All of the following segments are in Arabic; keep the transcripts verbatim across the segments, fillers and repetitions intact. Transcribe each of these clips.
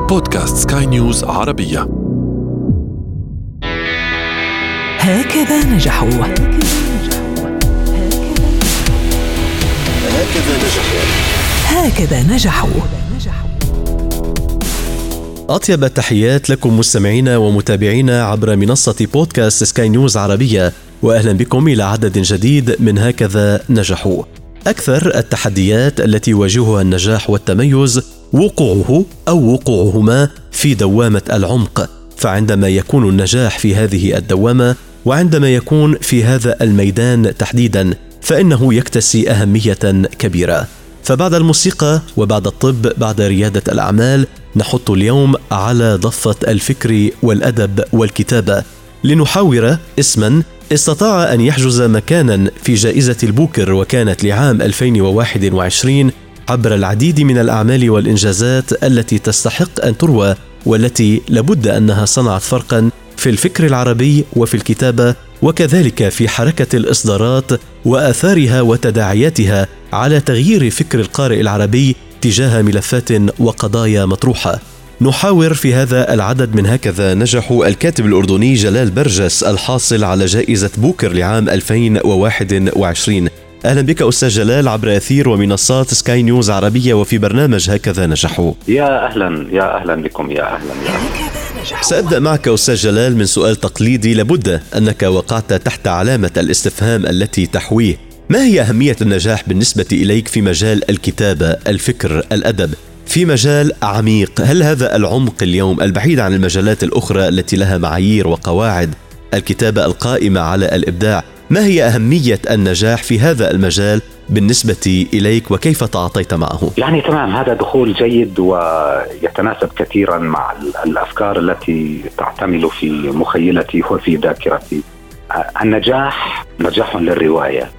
بودكاست سكاي نيوز عربية. هكذا نجحوا هكذا نجحوا هكذا نجحوا أطيب التحيات لكم مستمعين ومتابعين عبر منصة بودكاست سكاي نيوز عربية، وأهلا بكم إلى عدد جديد من هكذا نجحوا. أكثر التحديات التي يواجهها النجاح والتميز وقوعه أو وقوعهما في دوامة العمق، فعندما يكون النجاح في هذه الدوامة وعندما يكون في هذا الميدان تحديدا فإنه يكتسي أهمية كبيرة. فبعد الموسيقى وبعد الطب بعد ريادة الأعمال نحط اليوم على ضفة الفكر والأدب والكتابة لنحاور اسما استطاع أن يحجز مكانا في جائزة البوكر وكانت لعام ألفين وواحد وعشرين عبر العديد من الأعمال والإنجازات التي تستحق أن تروى والتي لابد أنها صنعت فرقا في الفكر العربي وفي الكتابة وكذلك في حركة الإصدارات وآثارها وتداعياتها على تغيير فكر القارئ العربي تجاه ملفات وقضايا مطروحة. نحاور في هذا العدد من هكذا نجحوا الكاتب الأردني جلال برجس الحاصل على جائزة بوكر لعام ألفين وواحد وعشرين. أهلا بك أستاذ جلال عبر أثير ومنصات سكاي نيوز عربية وفي برنامج هكذا نجحوا. يا أهلا يا أهلا بكم يا أهلا يا أهلا. سأبدأ معك أستاذ جلال من سؤال تقليدي لابد أنك وقعت تحت علامة الاستفهام التي تحويه. ما هي أهمية النجاح بالنسبة إليك في مجال الكتابة، الفكر، الأدب؟ في مجال عميق، هل هذا العمق اليوم البعيد عن المجالات الأخرى التي لها معايير وقواعد، الكتابة القائمة على الإبداع، ما هي أهمية النجاح في هذا المجال بالنسبة إليك وكيف تعاطيت معه؟ يعني تمام، هذا دخول جيد ويتناسب كثيرا مع الأفكار التي تعتمل في مخيلتي وفي ذاكرتي. النجاح نجاح للرواية،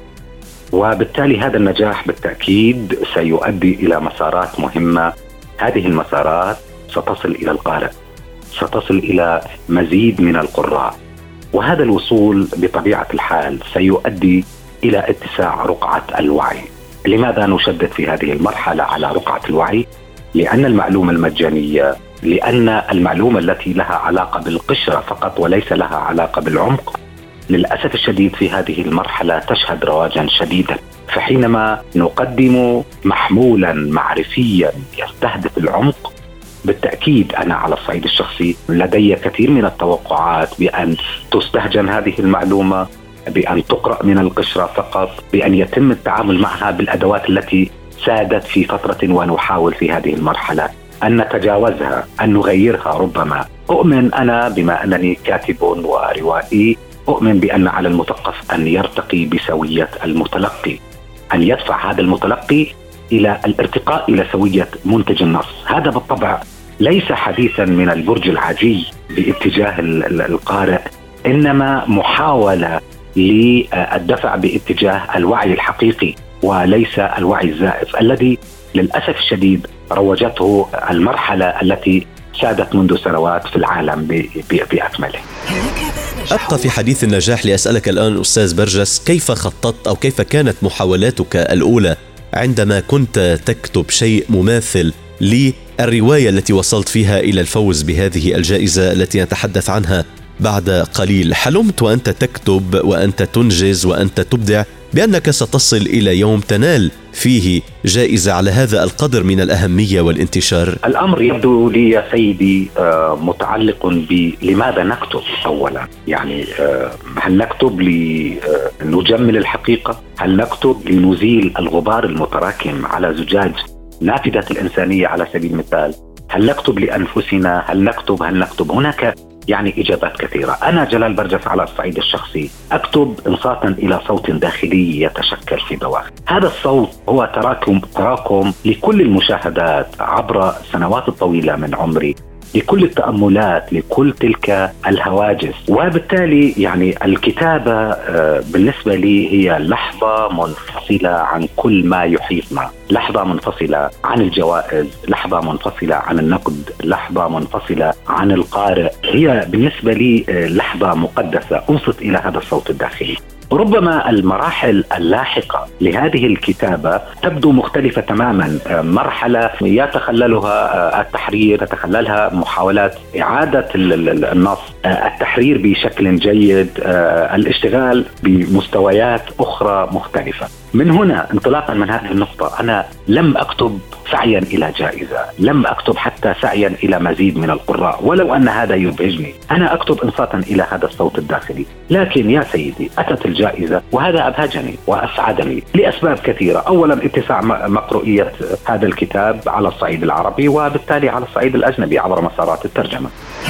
وبالتالي هذا النجاح بالتأكيد سيؤدي إلى مسارات مهمة. هذه المسارات ستصل إلى القارئ، ستصل إلى مزيد من القراء، وهذا الوصول بطبيعة الحال سيؤدي إلى اتساع رقعة الوعي. لماذا نشدد في هذه المرحلة على رقعة الوعي؟ لأن المعلومة المجانية، لأن المعلومة التي لها علاقة بالقشرة فقط وليس لها علاقة بالعمق، للأسف الشديد في هذه المرحلة تشهد رواجا شديدا. فحينما نقدم محمولا معرفيا يستهدف العمق، بالتأكيد أنا على الصعيد الشخصي لدي كثير من التوقعات بأن تستهجن هذه المعلومة، بأن تقرأ من القشرة فقط، بأن يتم التعامل معها بالأدوات التي سادت في فترة، ونحاول في هذه المرحلة أن نتجاوزها، أن نغيرها. ربما أؤمن أنا بما أنني كاتب وروائي، أؤمن بأن على المثقف أن يرتقي بسوية المتلقي، أن يدفع هذا المتلقي إلى الارتقاء إلى سوية منتج النص. هذا بالطبع ليس حديثا من البرج العاجي باتجاه القارئ، إنما محاولة للدفع باتجاه الوعي الحقيقي وليس الوعي الزائف الذي للأسف الشديد روجته المرحلة التي سادت منذ سنوات في العالم بأكمله. أبقى في حديث النجاح لأسألك الآن أستاذ برجس، كيف خططت أو كيف كانت محاولاتك الأولى عندما كنت تكتب شيء مماثل للرواية التي وصلت فيها إلى الفوز بهذه الجائزة التي نتحدث عنها بعد قليل؟ حلمت وأنت تكتب وأنت تنجز وأنت تبدع بأنك ستصل إلى يوم تنال فيه جائزة على هذا القدر من الأهمية والانتشار. الأمر يبدو لي يا سيدي متعلق بلماذا نكتب أولا. يعني هل نكتب لنجمل الحقيقة؟ هل نكتب لنزيل الغبار المتراكم على زجاج نافذة الإنسانية على سبيل المثال؟ هل نكتب لأنفسنا؟ هل نكتب هل نكتب هناك يعني إجابات كثيرة. أنا جلال برجس على الصعيد الشخصي أكتب إنصاتا إلى صوت داخلي يتشكل في دواخل. هذا الصوت هو تراكم تراكم لكل المشاهدات عبر السنوات الطويلة من عمري، لكل التأملات، لكل تلك الهواجس. وبالتالي يعني الكتابة بالنسبة لي هي لحظة منفصلة عن كل ما يحيطنا، لحظة منفصلة عن الجوائز، لحظة منفصلة عن النقد، لحظة منفصلة عن القارئ. هي بالنسبة لي لحظة مقدسة، أنصت إلى هذا الصوت الداخلي. ربما المراحل اللاحقة لهذه الكتابة تبدو مختلفة تماما. مرحلة يتخللها التحرير، تتخللها محاولات إعادة النص، التحرير بشكل جيد، الاشتغال بمستويات أخرى مختلفة. من هنا انطلاقا من هذه النقطة أنا لم أكتب سعيا إلى جائزة، لم أكتب حتى سعيا إلى مزيد من القراء، ولو أن هذا يبهجني. أنا أكتب إنصاتا إلى هذا الصوت الداخلي. لكن يا سيدي أتت الجائزة وهذا أبهجني وأسعدني لأسباب كثيرة. أولا اتساع مقروئية هذا الكتاب على الصعيد العربي وبالتالي على الصعيد الأجنبي عبر مسارات الترجمة.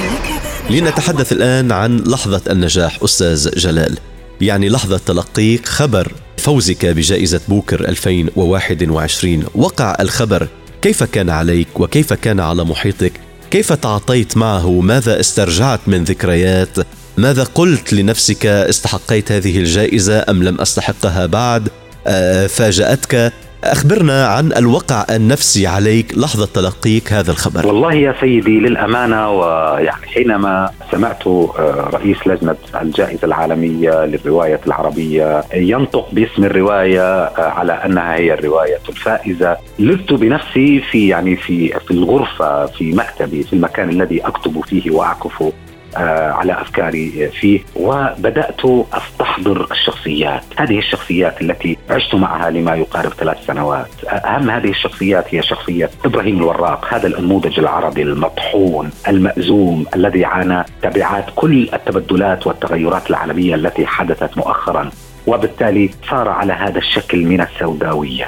لنتحدث الآن عن لحظة النجاح أستاذ جلال، يعني لحظة تلقيك خبر فوزك بجائزة بوكر ألفين وواحد وعشرين. وقع الخبر، كيف كان عليك وكيف كان على محيطك؟ كيف تعاطيت معه؟ ماذا استرجعت من ذكريات؟ ماذا قلت لنفسك؟ استحقيت هذه الجائزة أم لم أستحقها بعد؟ آه فاجأتك؟ أخبرنا عن الوقع النفسي عليك لحظة تلقيك هذا الخبر. والله يا سيدي للأمانة، ويعني حينما سمعت رئيس لجنة الجائزة العالمية للرواية العربية ينطق باسم الرواية على أنها هي الرواية الفائزة، لذت بنفسي في يعني في في الغرفة، في مكتبي، في المكان الذي أكتب فيه وأعكف على أفكاري فيه، وبدأت أستحضر الشخصيات. هذه الشخصيات التي عشت معها لما يقارب ثلاث سنوات. أهم هذه الشخصيات هي شخصية إبراهيم الوراق، هذا الأنموذج العربي المطحون المأزوم الذي عانى تبعات كل التبدلات والتغيرات العالمية التي حدثت مؤخرا، وبالتالي صار على هذا الشكل من السوداوية.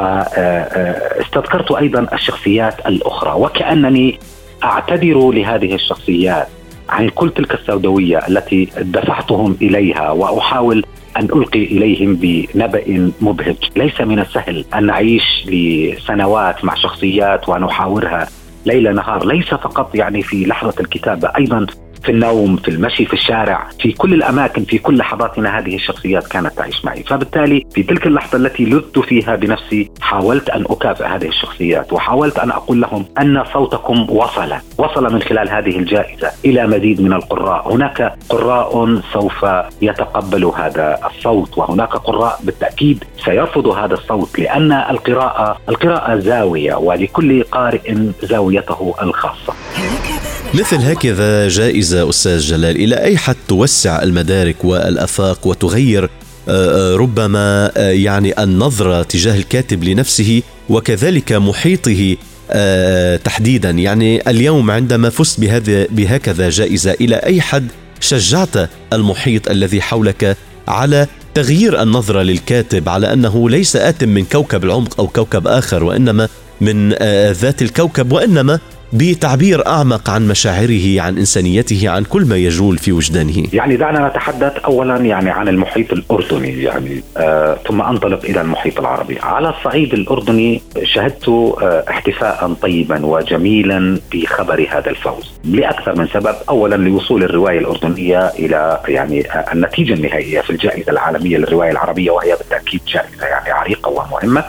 واستذكرت أيضا الشخصيات الأخرى، وكأنني أعتذر لهذه الشخصيات عن كل تلك السوداوية التي دفعتهم إليها، وأحاول أن ألقي إليهم بنبأ مبهج. ليس من السهل أن نعيش لسنوات مع شخصيات ونحاورها ليل نهار، ليس فقط يعني في لحظة الكتابة، أيضا في النوم، في المشي في الشارع، في كل الأماكن، في كل لحظاتنا هذه الشخصيات كانت تعيش معي. فبالتالي في تلك اللحظة التي لذت فيها بنفسي حاولت أن أكافئ هذه الشخصيات، وحاولت أن أقول لهم أن صوتكم وصل وصل من خلال هذه الجائزة إلى مزيد من القراء. هناك قراء سوف يتقبل هذا الصوت، وهناك قراء بالتأكيد سيرفض هذا الصوت، لأن القراءة القراءة زاوية، ولكل قارئ زاويته الخاصة. مثل هكذا جائزة أستاذ جلال إلى أي حد توسع المدارك والآفاق وتغير ربما يعني النظرة تجاه الكاتب لنفسه وكذلك محيطه تحديدا؟ يعني اليوم عندما فزت بهذا بهكذا جائزة إلى أي حد شجعت المحيط الذي حولك على تغيير النظرة للكاتب، على أنه ليس آت من كوكب العمق أو كوكب آخر، وإنما من ذات الكوكب، وإنما بتعبير أعمق عن مشاعره، عن إنسانيته، عن كل ما يجول في وجدانه؟ يعني دعنا نتحدث أولا يعني عن المحيط الأردني، يعني آه ثم أنطلق إلى المحيط العربي. على الصعيد الأردني شهدت آه احتفاء طيبا وجميلا بخبر هذا الفوز لأكثر من سبب. أولا لوصول الرواية الأردنية إلى يعني آه النتيجة النهائية في الجائزة العالمية للرواية العربية، وهي بالتأكيد جائزة يعني عريقة ومهمة.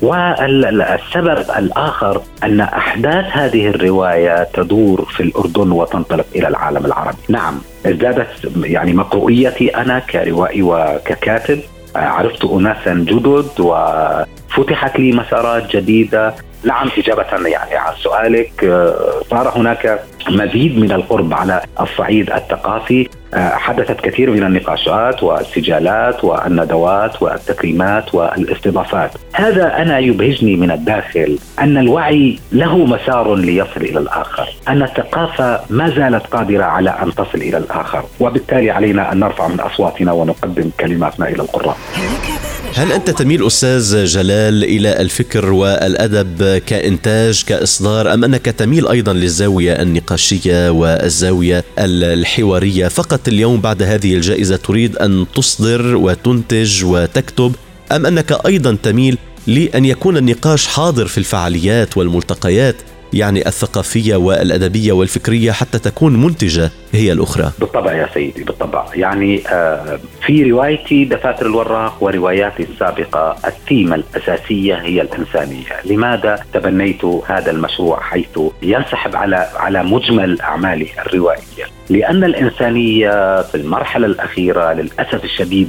والسبب الآخر أن أحداث هذه الرواية تدور في الأردن وتنطلق إلى العالم العربي. نعم، ازدادت يعني مقروئيتي أنا كروائي وككاتب، عرفت أناسا جدد وفتحت لي مسارات جديدة. نعم، إجابة يعني عن سؤالك، صار هناك مزيد من القرب على الصعيد الثقافي. حدثت كثير من النقاشات والسجالات والندوات والتكريمات والاستضافات. هذا أنا يبهجني من الداخل، أن الوعي له مسار ليصل إلى الآخر، أن الثقافة ما زالت قادرة على أن تصل إلى الآخر، وبالتالي علينا أن نرفع من أصواتنا ونقدم كلماتنا إلى القراء. هل أنت تميل أستاذ جلال إلى الفكر والأدب كإنتاج كإصدار، أم أنك تميل أيضا للزاوية النقاشية والزاوية الحوارية فقط؟ اليوم بعد هذه الجائزة تريد أن تصدر وتنتج وتكتب، أم أنك أيضا تميل لأن يكون النقاش حاضر في الفعاليات والملتقيات يعني الثقافية والأدبية والفكرية حتى تكون منتجة هي الأخرى؟ بالطبع يا سيدي، بالطبع. يعني آه في روايتي دفاتر الوراق ورواياتي السابقة الثيمة الأساسية هي الإنسانية. لماذا تبنيت هذا المشروع حيث ينسحب على على مجمل أعمالي الروائية؟ لأن الإنسانية في المرحلة الأخيرة للأسف الشديد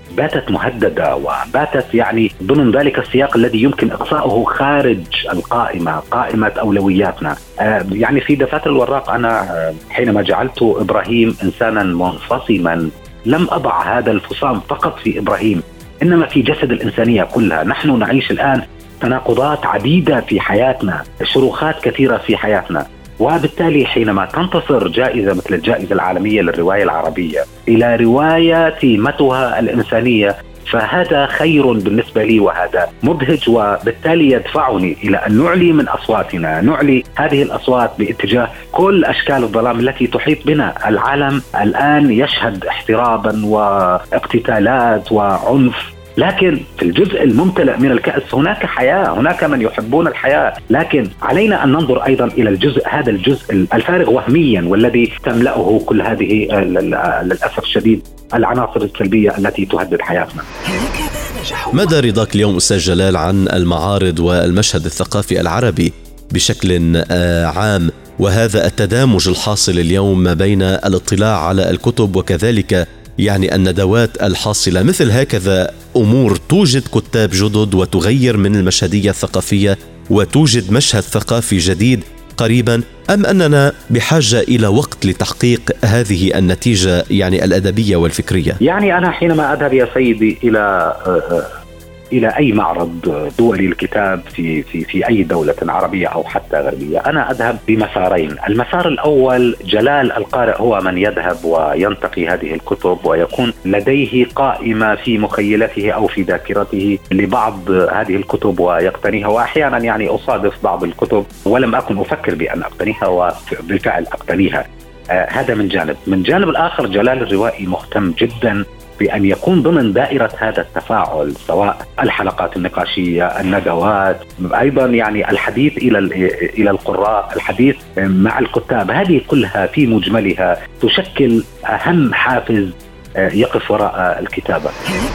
باتت مهددة وباتت يعني ضمن ذلك السياق الذي يمكن إقصاؤه خارج القائمة، قائمة أولوياتنا. يعني في دفاتر الوراق أنا حينما جعلت إبراهيم إنسانا منفصما لم أضع هذا الفصام فقط في إبراهيم، إنما في جسد الإنسانية كلها. نحن نعيش الآن تناقضات عديدة في حياتنا، شروخات كثيرة في حياتنا، وبالتالي حينما تنتصر جائزة مثل الجائزة العالمية للرواية العربية إلى رواية تيمتها الإنسانية فهذا خير بالنسبة لي وهذا مبهج، وبالتالي يدفعني إلى أن نعلي من أصواتنا، نعلي هذه الأصوات باتجاه كل أشكال الظلام التي تحيط بنا. العالم الآن يشهد احترابا واقتتالات وعنف، لكن في الجزء الممتلئ من الكأس هناك حياة، هناك من يحبون الحياة، لكن علينا أن ننظر أيضا إلى الجزء هذا الجزء الفارغ وهميا والذي تملأه كل هذه للأسف الشديد العناصر السلبية التي تهدد حياتنا. مدى رضاك اليوم أستاذ جلال عن المعارض والمشهد الثقافي العربي بشكل عام، وهذا التدامج الحاصل اليوم ما بين الاطلاع على الكتب وكذلك يعني الندوات الحاصلة؟ مثل هكذا أمور توجد كتاب جدد وتغير من المشهدية الثقافية وتوجد مشهد ثقافي جديد قريبا، أم أننا بحاجة إلى وقت لتحقيق هذه النتيجة يعني الأدبية والفكرية؟ يعني أنا حينما أذهب يا سيدي إلى إلى أي معرض دولي للكتاب في في في أي دولة عربية أو حتى غربية، أنا أذهب بمسارين. المسار الأول جلال القارئ هو من يذهب وينتقي هذه الكتب ويكون لديه قائمة في مخيلته أو في ذاكرته لبعض هذه الكتب ويقتنيها، وأحيانا يعني أصادف بعض الكتب ولم أكن أفكر بأن أقتنيها وبالفعل أقتنيها. آه هذا من جانب. من جانب الآخر جلال الروائي مهتم جدا بأن يكون ضمن دائرة هذا التفاعل، سواء الحلقات النقاشية، الندوات، أيضا يعني الحديث إلى إلى القراء، الحديث مع الكتاب، هذه كلها في مجملها تشكل أهم حافز يقف وراء الكتابة.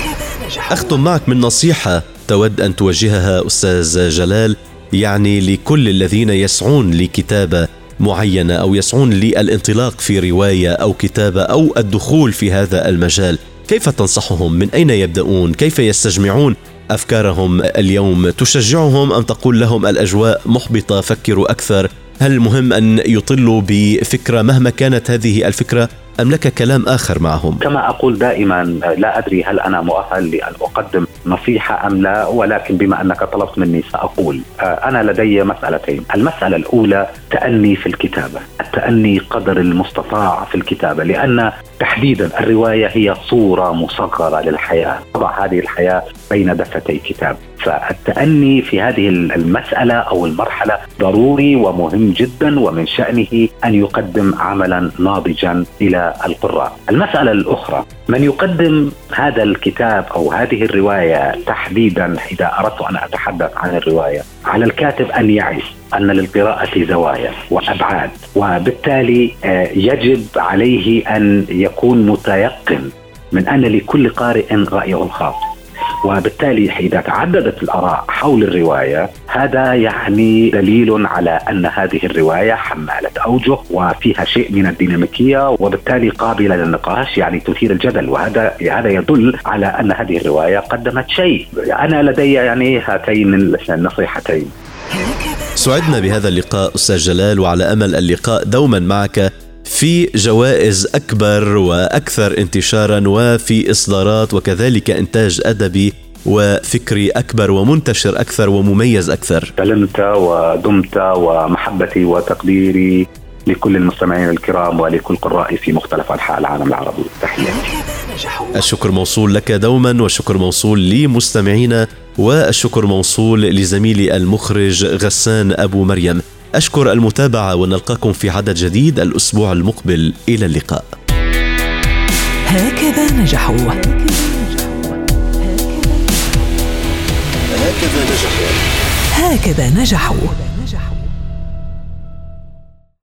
أختم معك من نصيحة تود أن توجهها أستاذ جلال يعني لكل الذين يسعون لكتابة معينة أو يسعون للانطلاق في رواية أو كتابة أو الدخول في هذا المجال، كيف تنصحهم؟ من أين يبدأون؟ كيف يستجمعون أفكارهم اليوم؟ تشجعهم أم تقول لهم الأجواء محبطة، فكروا أكثر؟ هل مهم أن يطلوا بفكرة مهما كانت هذه الفكرة أم لك كلام آخر معهم؟ كما أقول دائما، لا أدري هل أنا مؤهل لأن أقدم نصيحة أم لا، ولكن بما أنك طلبت مني سأقول. أنا لدي مسألتين. المسألة الأولى تأني في الكتابة، التأني قدر المستطاع في الكتابة، لأن تحديدا الرواية هي صورة مصغرة للحياة، تضع هذه الحياة بين دفتي كتاب، فالتأني في هذه المسألة أو المرحلة ضروري ومهم جدا، ومن شأنه أن يقدم عملا ناضجا إلى القراء. المسألة الأخرى، من يقدم هذا الكتاب أو هذه الرواية تحديدا، إذا أردت أن أتحدث عن الرواية، على الكاتب أن يعي أن للقراءة زوايا وأبعاد، وبالتالي يجب عليه أن يكون متيقن من أن لكل قارئ رأيه الخاص، وبالتالي إذا تعددت الآراء حول الرواية هذا يعني دليل على أن هذه الرواية حمالة أوجه وفيها شيء من الديناميكية، وبالتالي قابلة للنقاش، يعني تثير الجدل، وهذا هذا يدل على أن هذه الرواية قدمت شيء. أنا لدي يعني هاتين النصيحتين. سعدنا بهذا اللقاء أستاذ جلال، وعلى أمل اللقاء دوما معك في جوائز أكبر وأكثر انتشارا وفي إصدارات وكذلك إنتاج أدبي وفكري أكبر ومنتشر أكثر ومميز أكثر. سلمت ودمت، ومحبتي وتقديري لكل المستمعين الكرام ولكل قرائي في مختلف أنحاء العالم العربي. تحياتي. الشكر موصول لك دوما، والشكر موصول لمستمعينا، والشكر موصول لزميلي المخرج غسان أبو مريم. أشكر المتابعة، ونلقاكم في عدد جديد الأسبوع المقبل. إلى اللقاء. هكذا نجحوا هكذا نجحوا هكذا نجحوا